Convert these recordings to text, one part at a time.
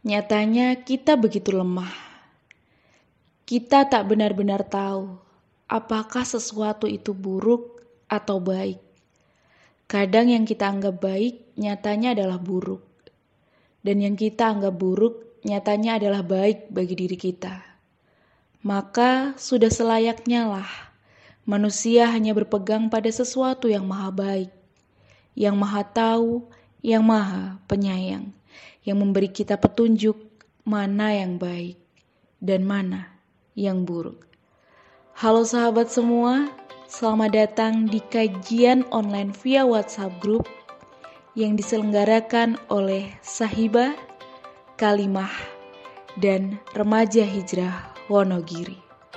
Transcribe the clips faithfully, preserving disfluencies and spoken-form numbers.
Nyatanya kita begitu lemah. Kita tak benar-benar tahu apakah sesuatu itu buruk atau baik. Kadang yang kita anggap baik nyatanya adalah buruk. Dan yang kita anggap buruk nyatanya adalah baik bagi diri kita. Maka sudah selayaknya lah manusia hanya berpegang pada sesuatu yang maha baik, yang maha tahu, yang maha penyayang, yang memberi kita petunjuk mana yang baik dan mana yang buruk. Halo sahabat semua, selamat datang di kajian online via WhatsApp Group yang diselenggarakan oleh Sahibah, Kalimah, dan Remaja Hijrah Wonogiri.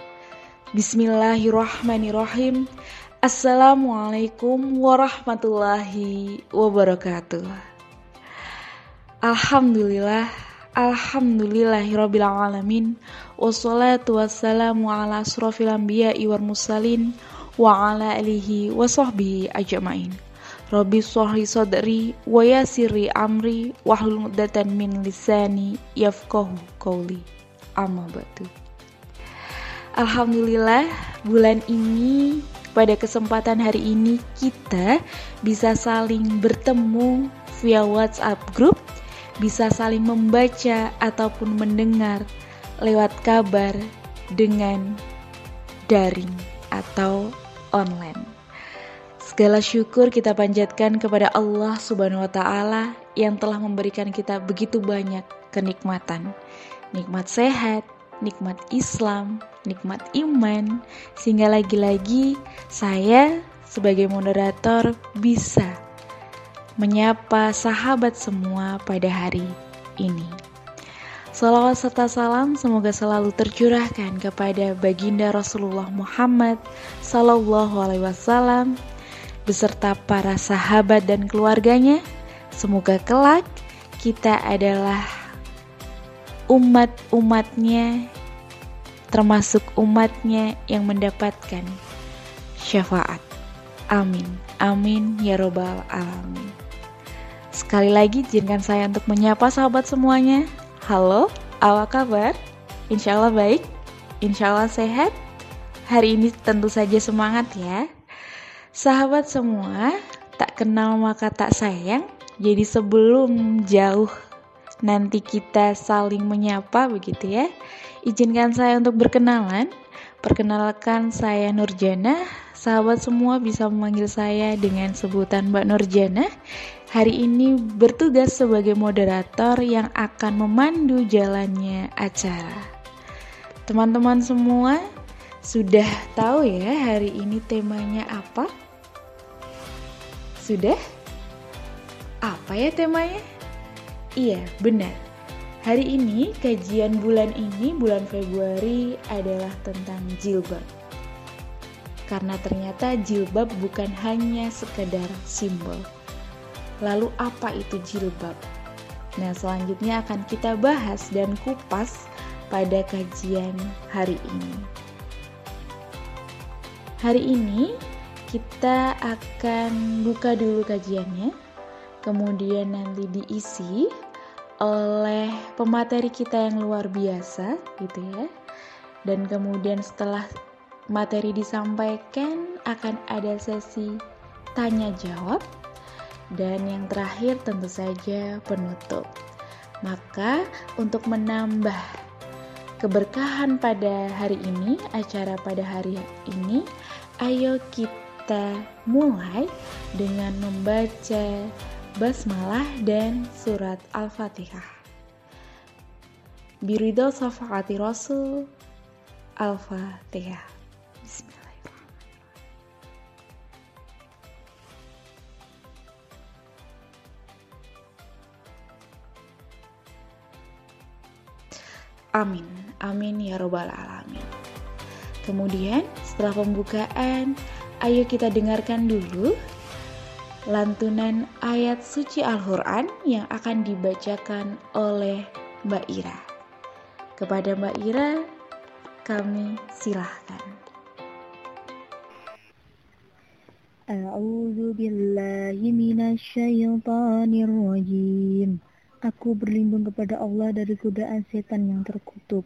Bismillahirrahmanirrahim. Assalamualaikum warahmatullahi wabarakatuh. Alhamdulillah, alhamdulillahirabbil alamin. Wassalatu wassalamu ala asrofil anbiya'i wal mursalin wa ala alihi wa sahbihi ajma'in. Rabbi shrahli sadri wa yassirli amri wahlul 'uqdatam min lisani yafqahu qawli. Amma ba'du. Alhamdulillah, bulan ini, pada kesempatan hari ini kita bisa saling bertemu via WhatsApp Group, bisa saling membaca ataupun mendengar lewat kabar dengan daring atau online. Segala syukur kita panjatkan kepada Allah Subhanahu wa Ta'ala yang telah memberikan kita begitu banyak kenikmatan, nikmat sehat, nikmat Islam, nikmat iman, sehingga lagi-lagi saya sebagai moderator bisa menyapa sahabat semua pada hari ini. Salawat serta salam semoga selalu tercurahkan kepada baginda Rasulullah Muhammad Sallallahu Alaihi Wasallam beserta para sahabat dan keluarganya. Semoga kelak kita adalah umat-umatnya, termasuk umatnya yang mendapatkan syafaat. Amin, amin ya robbal alamin. Sekali lagi izinkan saya untuk menyapa sahabat semuanya. Halo, apa kabar? Insya Allah baik, insya Allah sehat. Hari ini tentu saja semangat ya. Sahabat semua, tak kenal maka tak sayang. Jadi sebelum jauh nanti kita saling menyapa begitu ya, izinkan saya untuk berkenalan. Perkenalkan, saya Nurjana. Sahabat semua bisa memanggil saya dengan sebutan Mbak Nurjana. Hari ini bertugas sebagai moderator yang akan memandu jalannya acara. Teman-teman semua sudah tahu ya hari ini temanya apa? Sudah? Apa ya temanya? Iya, benar. Hari ini, kajian bulan ini, bulan Februari adalah tentang jilbab. Karena ternyata jilbab bukan hanya sekedar simbol. Lalu apa itu jilbab? Nah, selanjutnya akan kita bahas dan kupas pada kajian hari ini. Hari ini kita akan buka dulu kajiannya, kemudian nanti diisi oleh pemateri kita yang luar biasa gitu ya. Dan kemudian setelah materi disampaikan akan ada sesi tanya jawab, dan yang terakhir tentu saja penutup. Maka untuk menambah keberkahan pada hari ini, acara pada hari ini, ayo kita mulai dengan membaca basmalah dan surat Al-Fatihah. Biridho syafaati Rasul. Al-Fatihah. Bismillahirrahmanirrahim. Amin, amin ya robbal alamin. Kemudian setelah pembukaan, ayo kita dengarkan dulu lantunan ayat suci Al-Quran yang akan dibacakan oleh Mbak Ira. Kepada Mbak Ira, kami silahkan. A'udzu billahi minasy syaithanir rajim. Aku berlindung kepada Allah dari godaan setan yang terkutuk.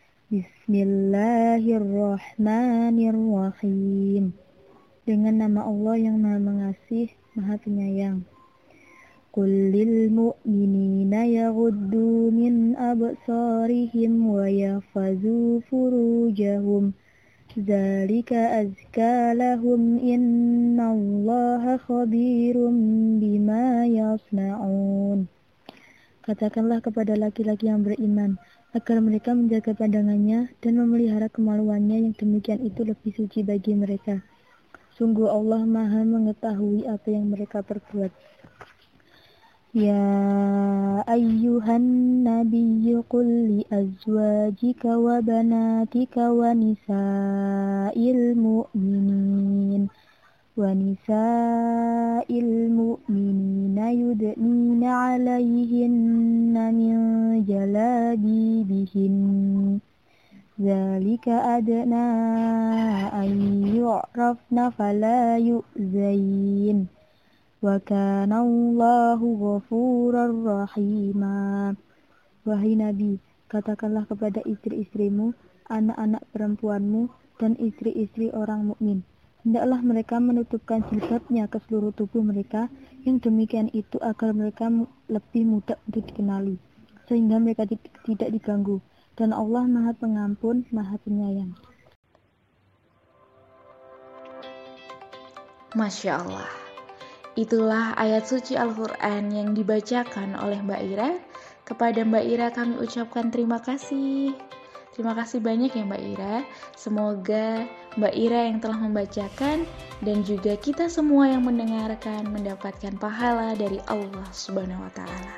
Bismillahirrahmanirrahim. Dengan nama Allah yang Maha Mengasih, Maha Penyayang. Qul lil mu'minina yaghuddu min absarihim wa yahfazu furujahum. Dzalika azka lahum innallaha khabirum bima yasna'un. Katakanlah kepada laki-laki yang beriman agar mereka menjaga pandangannya dan memelihara kemaluannya, yang demikian itu lebih suci bagi mereka. Sungguh Allah Maha mengetahui apa yang mereka perbuat. Ya ayyuhan nabiyyu qul li azwajika wa banatika wa nisa'il mu'minin wa nisa'il mu'minina yudnina 'alayhinna min jalabibihin. Dzalika adna an yu'rafna fala yu'zain. Wa kana Allahu ghafurar rahima. Wahai Nabi, katakanlah kepada istri-istrimu, anak-anak perempuanmu, dan istri-istri orang mukmin, hendaklah mereka menutupkan jilbabnya ke seluruh tubuh mereka, yang demikian itu agar mereka lebih mudah untuk dikenali, sehingga mereka tidak diganggu. Dan Allah Maha Pengampun, Maha Penyayang. Masya Allah. Itulah ayat suci Al-Quran yang dibacakan oleh Mbak Ira. Kepada Mbak Ira kami ucapkan terima kasih. Terima kasih banyak ya Mbak Ira. Semoga Mbak Ira yang telah membacakan dan juga kita semua yang mendengarkan mendapatkan pahala dari Allah Subhanahu wa Ta'ala.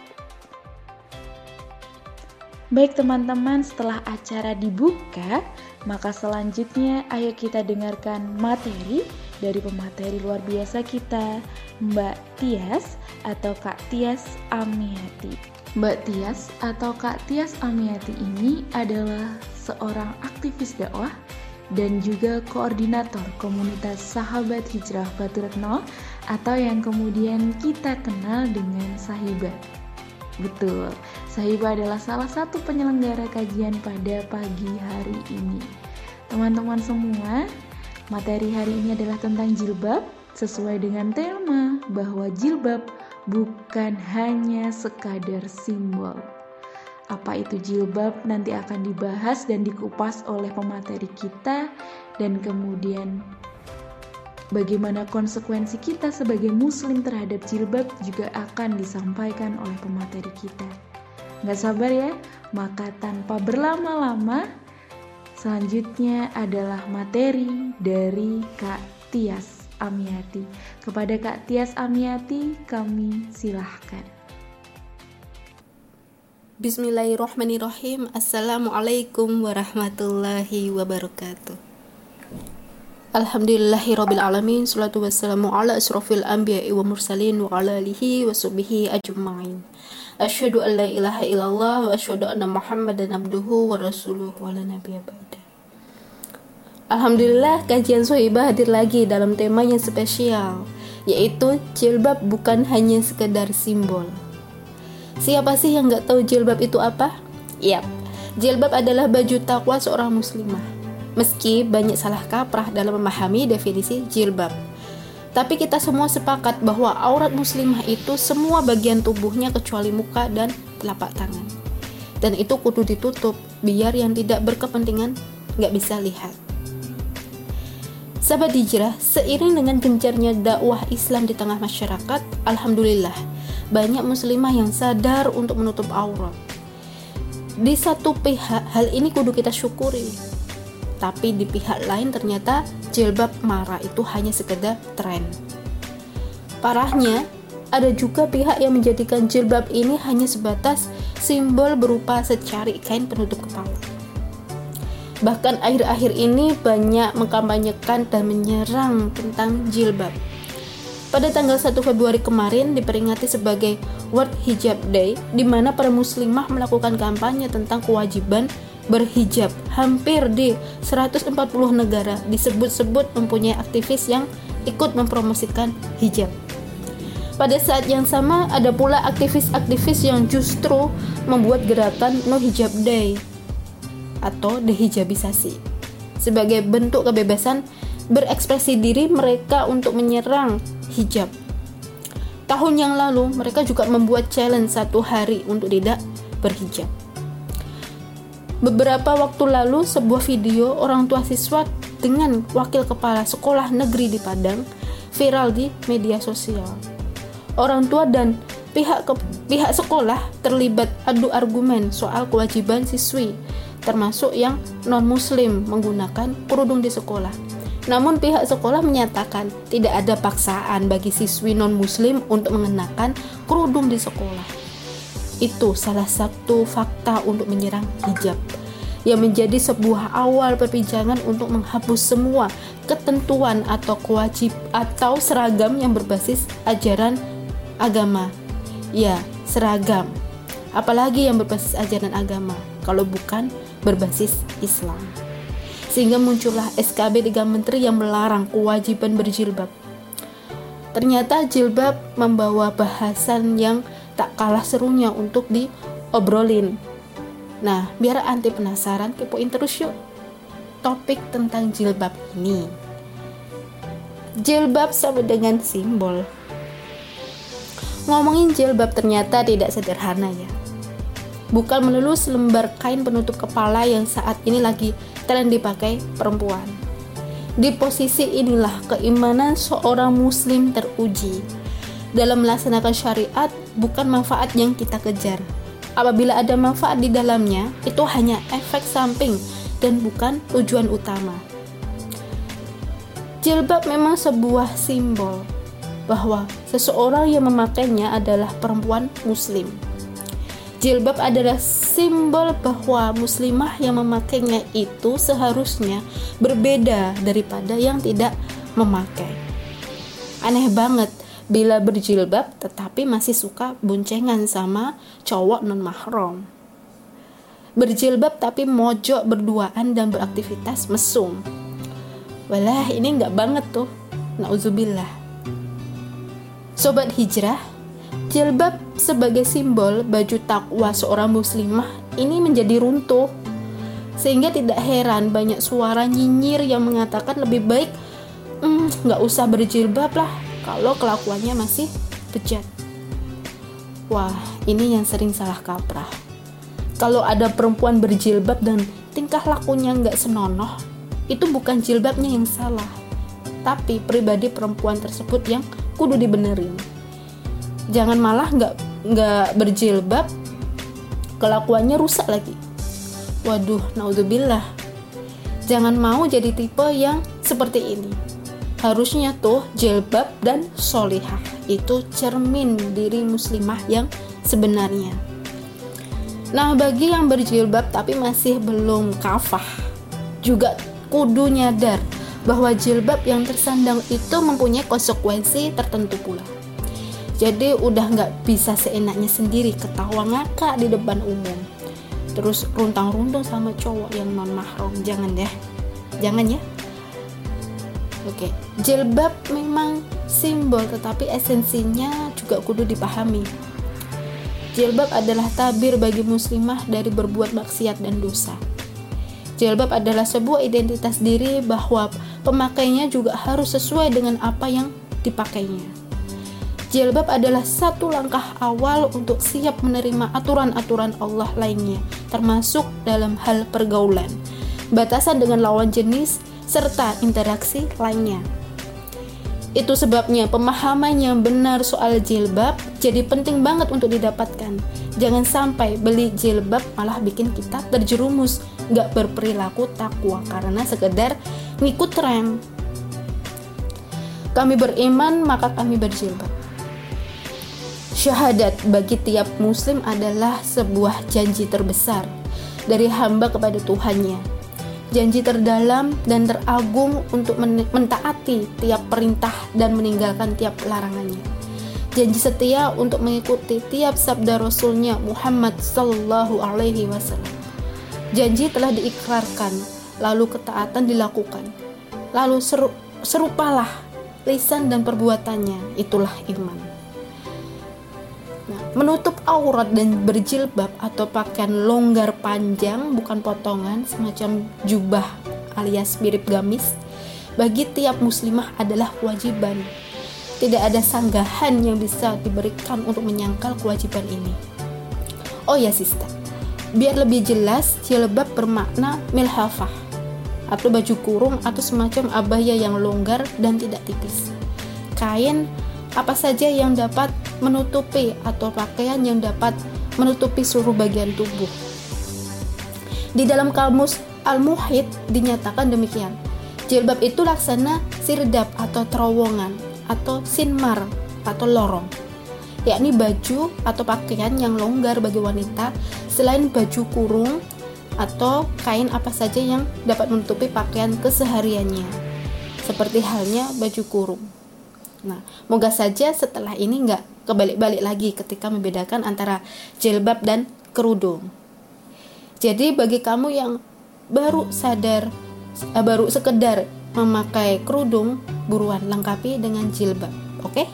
Baik teman-teman, setelah acara dibuka, maka selanjutnya ayo kita dengarkan materi dari pemateri luar biasa kita, Mbak Tias atau Kak Tias Amiati. Mbak Tias atau Kak Tias Amiati ini adalah seorang aktivis dakwah dan juga koordinator komunitas Sahabat Hijrah Batu Retno atau yang kemudian kita kenal dengan Sahiba. Betul, Sahiba adalah salah satu penyelenggara kajian pada pagi hari ini. Teman-teman semua, materi hari ini adalah tentang jilbab, sesuai dengan tema bahwa jilbab bukan hanya sekadar simbol. Apa itu jilbab nanti akan dibahas dan dikupas oleh pemateri kita, dan kemudian bagaimana konsekuensi kita sebagai muslim terhadap jilbab juga akan disampaikan oleh pemateri kita. Nggak sabar ya? Maka tanpa berlama-lama, selanjutnya adalah materi dari Kak Tias Amiati. Kepada Kak Tias Amiati, kami silahkan. Bismillahirrahmanirrahim. Assalamualaikum warahmatullahi wabarakatuh. Alhamdulillahirabbil alamin, salatu wassalamu ala asrofil anbiya'i wa mursalin wa ala alihi wa sahbihi ajma'in. Asyhadu an la ilaha illallah wa asyhadu anna Muhammadan abduhu wa rasuluhu wa la nabiyya ba'da. Alhamdulillah, kajian Sohibah hadir lagi dalam tema yang spesial, yaitu jilbab bukan hanya sekedar simbol. Siapa sih yang gak tahu jilbab itu apa? Yap, jilbab adalah baju takwa seorang muslimah. Meski banyak salah kaprah dalam memahami definisi jilbab, tapi kita semua sepakat bahwa aurat muslimah itu semua bagian tubuhnya kecuali muka dan telapak tangan. Dan itu kudu ditutup biar yang tidak berkepentingan gak bisa lihat. Sahabat hijrah, seiring dengan gencarnya dakwah Islam di tengah masyarakat, alhamdulillah banyak muslimah yang sadar untuk menutup aurat. Di satu pihak hal ini kudu kita syukuri, tapi di pihak lain ternyata jilbab marah itu hanya sekedar tren. Parahnya, ada juga pihak yang menjadikan jilbab ini hanya sebatas simbol berupa secari kain penutup kepala. Bahkan akhir-akhir ini banyak mengkampanyekan dan menyerang tentang jilbab. Pada tanggal satu Februari kemarin diperingati sebagai World Hijab Day, di mana para muslimah melakukan kampanye tentang kewajiban berhijab. Hampir di seratus empat puluh negara disebut-sebut mempunyai aktivis yang ikut mempromosikan hijab. Pada saat yang sama ada pula aktivis-aktivis yang justru membuat gerakan No Hijab Day atau dehijabisasi sebagai bentuk kebebasan berekspresi diri mereka untuk menyerang hijab. Tahun yang lalu mereka juga membuat challenge satu hari untuk tidak berhijab. Beberapa waktu lalu sebuah video orang tua siswa dengan wakil kepala sekolah negeri di Padang viral di media sosial. Orang tua dan pihak ke, pihak sekolah terlibat adu argumen soal kewajiban siswi, termasuk yang non-muslim menggunakan kerudung di sekolah. Namun pihak sekolah menyatakan tidak ada paksaan bagi siswi non-muslim untuk mengenakan kerudung di sekolah. Itu salah satu fakta untuk menyerang hijab yang menjadi sebuah awal perbincangan untuk menghapus semua ketentuan atau kewajib atau seragam yang berbasis ajaran agama. Ya, seragam. Apalagi yang berbasis ajaran agama kalau bukan berbasis Islam. Sehingga muncullah S K B tiga Menteri yang melarang kewajiban berjilbab. Ternyata jilbab membawa bahasan yang tak kalah serunya untuk diobrolin. Nah, biar anti penasaran, kepoin terus yuk topik tentang jilbab ini. Jilbab sama dengan simbol. Ngomongin jilbab ternyata tidak sederhana ya. Bukan melulu selembar kain penutup kepala yang saat ini lagi tren dipakai perempuan. Di posisi inilah keimanan seorang muslim teruji. Dalam melaksanakan syariat bukan manfaat yang kita kejar. Apabila ada manfaat di dalamnya, itu hanya efek samping dan bukan tujuan utama. Jilbab memang sebuah simbol bahwa seseorang yang memakainya adalah perempuan muslim. Jilbab adalah simbol bahwa muslimah yang memakainya itu seharusnya berbeda daripada yang tidak memakai. Aneh banget bila berjilbab tetapi masih suka boncengan sama cowok non-mahram. Berjilbab tapi mojok berduaan dan beraktivitas mesum. Walah, ini enggak banget tuh. Nauzubillah. Sobat hijrah, jilbab sebagai simbol baju takwa seorang muslimah ini menjadi runtuh. Sehingga tidak heran banyak suara nyinyir yang mengatakan lebih baik hmm, enggak usah berjilbab lah kalau kelakuannya masih bejat. Wah, ini yang sering salah kaprah. Kalau ada perempuan berjilbab dan tingkah lakunya nggak senonoh, itu bukan jilbabnya yang salah, tapi pribadi perempuan tersebut yang kudu dibenerin. Jangan malah nggak nggak berjilbab, kelakuannya rusak lagi. Waduh, naudzubillah. Jangan mau jadi tipe yang seperti ini. Harusnya tuh jilbab dan sholihah itu cermin diri muslimah yang sebenarnya. Nah, bagi yang berjilbab tapi masih belum kafah, juga kudu nyadar bahwa jilbab yang tersandang itu mempunyai konsekuensi tertentu pula. Jadi udah gak bisa seenaknya sendiri ketawa ngakak di depan umum, terus runtang-runtung sama cowok yang non-mahram. Jangan deh, jangan ya. Oke, jilbab memang simbol tetapi esensinya juga kudu dipahami. Jilbab adalah tabir bagi muslimah dari berbuat maksiat dan dosa. Jilbab adalah sebuah identitas diri bahwa pemakainya juga harus sesuai dengan apa yang dipakainya. Jilbab adalah satu langkah awal untuk siap menerima aturan-aturan Allah lainnya, termasuk dalam hal pergaulan, batasan dengan lawan jenis, serta interaksi lainnya. Itu sebabnya pemahaman yang benar soal jilbab jadi penting banget untuk didapatkan. Jangan sampai beli jilbab malah bikin kita terjerumus gak berperilaku takwa karena sekedar ngikut tren. Kami beriman maka kami berjilbab. Syahadat bagi tiap muslim adalah sebuah janji terbesar dari hamba kepada Tuhannya. Janji terdalam dan teragung untuk mentaati tiap perintah dan meninggalkan tiap larangannya. Janji setia untuk mengikuti tiap sabda Rasulnya Muhammad sallallahu alaihi wasallam. Janji telah diikrarkan, lalu ketaatan dilakukan. Lalu seru, serupalah lisan dan perbuatannya, itulah iman. Nah, menutup aurat dan berjilbab atau pakaian longgar panjang bukan potongan semacam jubah alias mirip gamis bagi tiap muslimah adalah kewajiban. Tidak ada sanggahan yang bisa diberikan untuk menyangkal kewajiban ini. Oh ya sister, biar lebih jelas, jilbab bermakna milhafah atau baju kurung atau semacam abaya yang longgar dan tidak tipis. Kain apa saja yang dapat menutupi atau pakaian yang dapat menutupi seluruh bagian tubuh. Di dalam kamus Al-Muhit dinyatakan demikian. Jilbab itu laksana sirdap atau terowongan atau sinmar atau lorong, yakni baju atau pakaian yang longgar bagi wanita selain baju kurung atau kain apa saja yang dapat menutupi pakaian kesehariannya, seperti halnya baju kurung. Nah, moga saja setelah ini nggak kebalik-balik lagi ketika membedakan antara jilbab dan kerudung. Jadi bagi kamu yang baru sadar, eh, baru sekedar memakai kerudung, buruan lengkapi dengan jilbab, oke? Okay?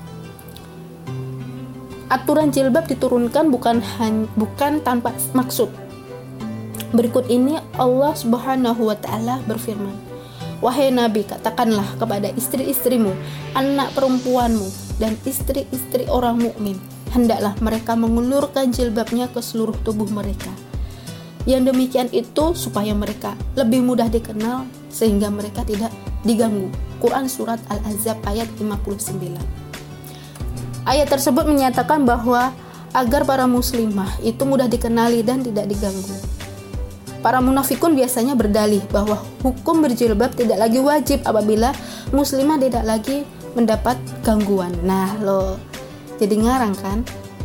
Aturan jilbab diturunkan bukan han, bukan tanpa maksud. Berikut ini Allah Subhanahu wa taala berfirman, "Wahai Nabi, katakanlah kepada istri-istrimu, anak perempuanmu, dan istri-istri orang mukmin, hendaklah mereka mengulurkan jilbabnya ke seluruh tubuh mereka. Yang demikian itu supaya mereka lebih mudah dikenal sehingga mereka tidak diganggu." Quran Surat Al-Ahzab ayat lima puluh sembilan. Ayat tersebut menyatakan bahwa agar para muslimah itu mudah dikenali dan tidak diganggu. Para munafikun biasanya berdalih bahwa hukum berjilbab tidak lagi wajib apabila muslimah tidak lagi mendapat gangguan. Nah lo, jadi ngarang kan?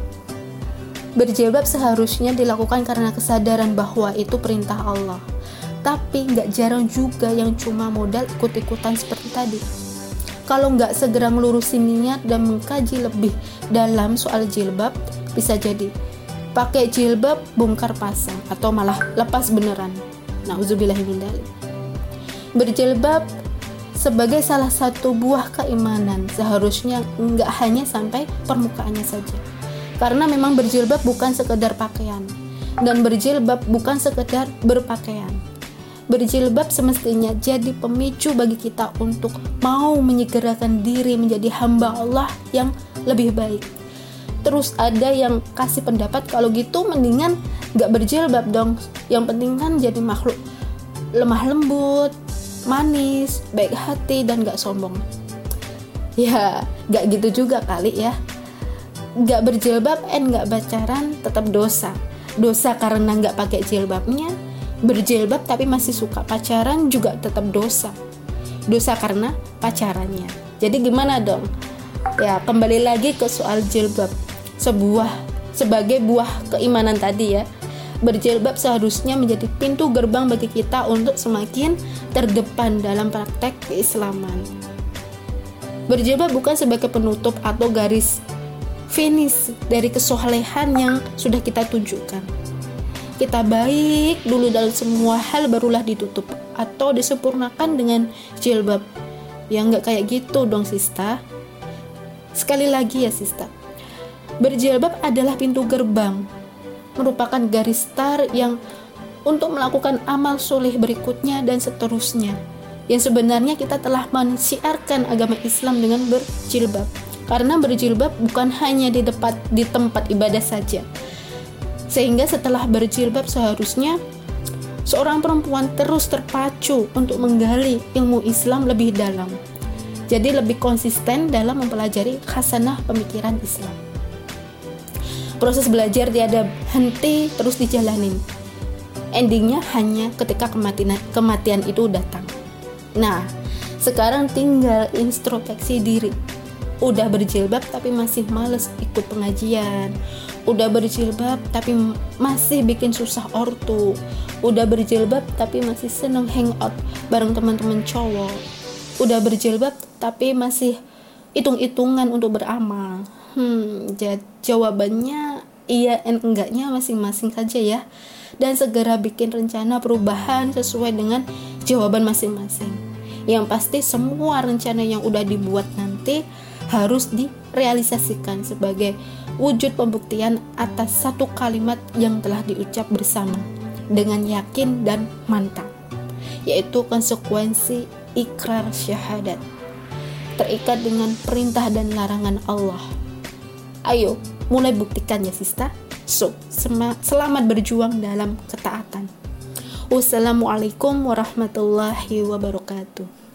Berjilbab seharusnya dilakukan karena kesadaran bahwa itu perintah Allah. Tapi gak jarang juga yang cuma modal ikut-ikutan seperti tadi. Kalau gak segera melurusin niat dan mengkaji lebih dalam soal jilbab, bisa jadi pakai jilbab bongkar pasang atau malah lepas beneran. Nauzubillahi min dzalik. Berjilbab sebagai salah satu buah keimanan seharusnya enggak hanya sampai permukaannya saja. Karena memang berjilbab bukan sekedar pakaian dan berjilbab bukan sekedar berpakaian. Berjilbab semestinya jadi pemicu bagi kita untuk mau menyegerakan diri menjadi hamba Allah yang lebih baik. Terus ada yang kasih pendapat kalau gitu mendingan gak berjilbab dong, yang penting kan jadi makhluk lemah lembut, manis, baik hati dan gak sombong. Ya gak gitu juga kali ya. Gak berjilbab and gak pacaran tetap dosa. Dosa karena gak pakai jilbabnya. Berjilbab tapi masih suka pacaran juga tetap dosa. Dosa karena pacarannya. Jadi gimana dong? Ya kembali lagi ke soal jilbab. Sebuah sebagai buah keimanan tadi ya. Berjilbab seharusnya menjadi pintu gerbang bagi kita untuk semakin terdepan dalam praktek keislaman. Berjilbab bukan sebagai penutup atau garis finish dari kesolehan yang sudah kita tunjukkan. Kita baik dulu dalam semua hal barulah ditutup atau disempurnakan dengan jilbab. Ya nggak kayak gitu dong Sista. Sekali lagi ya Sista, berjilbab adalah pintu gerbang, merupakan garis start yang untuk melakukan amal soleh berikutnya dan seterusnya. Yang sebenarnya kita telah mensiarkan agama Islam dengan berjilbab. Karena berjilbab bukan hanya di tempat di tempat ibadah saja. Sehingga setelah berjilbab seharusnya seorang perempuan terus terpacu untuk menggali ilmu Islam lebih dalam. Jadi lebih konsisten dalam mempelajari khasanah pemikiran Islam. Proses belajar tiada henti, terus dijalanin. Endingnya hanya ketika kematian, kematian itu datang. Nah, sekarang tinggal introspeksi diri. Udah berjilbab tapi masih males ikut pengajian. Udah berjilbab tapi masih bikin susah ortu. Udah berjilbab tapi masih seneng hangout bareng teman-teman cowok. Udah berjilbab tapi masih hitung-hitungan untuk beramal. Hmm, j- jawabannya iya dan enggaknya masing-masing saja ya. Dan segera bikin rencana perubahan sesuai dengan jawaban masing-masing. Yang pasti semua rencana yang udah dibuat nanti harus direalisasikan sebagai wujud pembuktian atas satu kalimat yang telah diucap bersama dengan yakin dan mantap, yaitu konsekuensi ikrar syahadat, terikat dengan perintah dan larangan Allah. Ayo, mulai buktikan ya Sista. So, sem- selamat berjuang dalam ketaatan. Wassalamualaikum warahmatullahi wabarakatuh.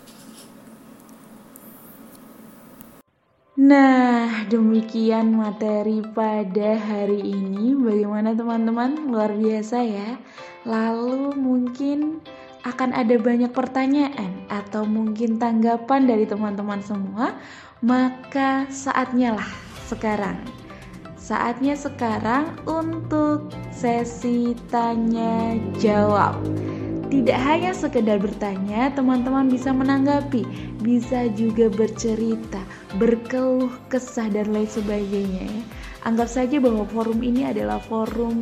Nah, demikian materi pada hari ini. Bagaimana teman-teman? Luar biasa ya. Lalu mungkin akan ada banyak pertanyaan atau mungkin tanggapan dari teman-teman semua. Maka saatnya lah sekarang. Saatnya sekarang untuk sesi tanya jawab. Tidak hanya sekedar bertanya, teman-teman bisa menanggapi, bisa juga bercerita, berkeluh kesah dan lain sebagainya. Anggap saja bahwa forum ini adalah forum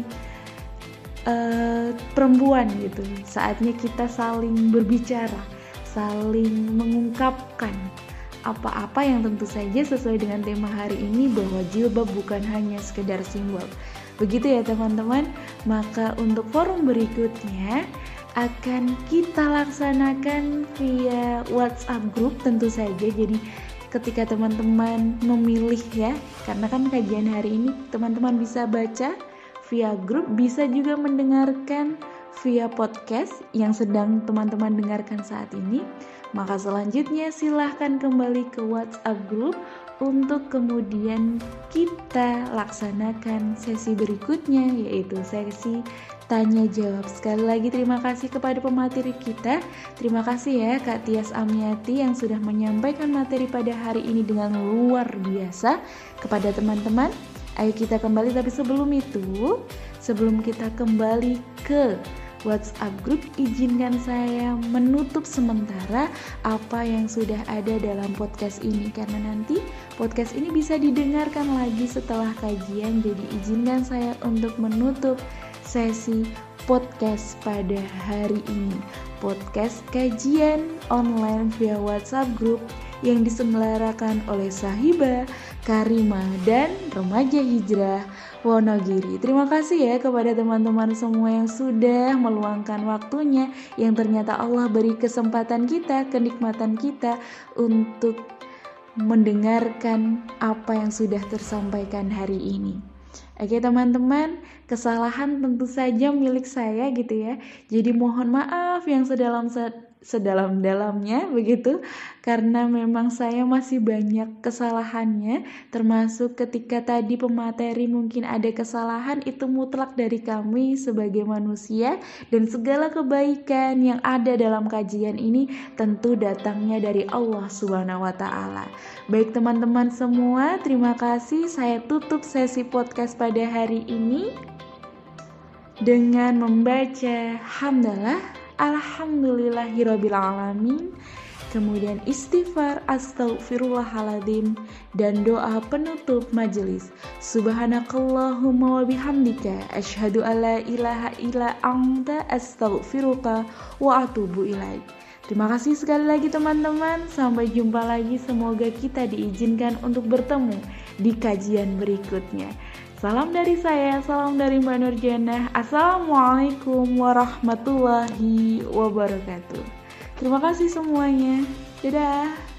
uh, perempuan gitu. Saatnya kita saling berbicara, saling mengungkapkan apa-apa yang tentu saja sesuai dengan tema hari ini, bahwa jilbab bukan hanya sekedar simbol. Begitu ya teman-teman. Maka untuk forum berikutnya akan kita laksanakan via WhatsApp group tentu saja. Jadi ketika teman-teman memilih ya, karena kan kajian hari ini teman-teman bisa baca via grup, bisa juga mendengarkan via podcast yang sedang teman-teman dengarkan saat ini. Maka selanjutnya silahkan kembali ke WhatsApp group untuk kemudian kita laksanakan sesi berikutnya, yaitu sesi tanya jawab. Sekali lagi terima kasih kepada pemateri kita. Terima kasih ya Kak Tias Amiati yang sudah menyampaikan materi pada hari ini dengan luar biasa kepada teman-teman. Ayo kita kembali, tapi sebelum itu, sebelum kita kembali ke WhatsApp group, izinkan saya menutup sementara apa yang sudah ada dalam podcast ini, karena nanti podcast ini bisa didengarkan lagi setelah kajian. Jadi izinkan saya untuk menutup sesi podcast pada hari ini. Podcast kajian online via WhatsApp group yang diselenggarakan oleh Sahibah, Karimah, dan Remaja Hijrah Wonogiri. Terima kasih ya kepada teman-teman semua yang sudah meluangkan waktunya, yang ternyata Allah beri kesempatan kita, kenikmatan kita untuk mendengarkan apa yang sudah tersampaikan hari ini. Oke teman-teman, kesalahan tentu saja milik saya gitu ya. Jadi mohon maaf yang sedalam sedalam-dalamnya begitu, karena memang saya masih banyak kesalahannya, termasuk ketika tadi pemateri mungkin ada kesalahan, itu mutlak dari kami sebagai manusia, dan segala kebaikan yang ada dalam kajian ini tentu datangnya dari Allah Subhanahu wa taala. Baik teman-teman semua, terima kasih. Saya tutup sesi podcast pada hari ini dengan membaca hamdalah alhamdulillahirabbil alamin, kemudian istighfar astaghfirullahaladzim, dan doa penutup majelis. Subhanakallahumma wa bihamdika asyhadu alla ilaha illa anta astaghfiruka wa atubu ilaik. Terima kasih sekali lagi teman-teman. Sampai jumpa lagi. Semoga kita diizinkan untuk bertemu di kajian berikutnya. Salam dari saya, salam dari Mbak Nurjanah. Assalamualaikum warahmatullahi wabarakatuh. Terima kasih semuanya. Dadah.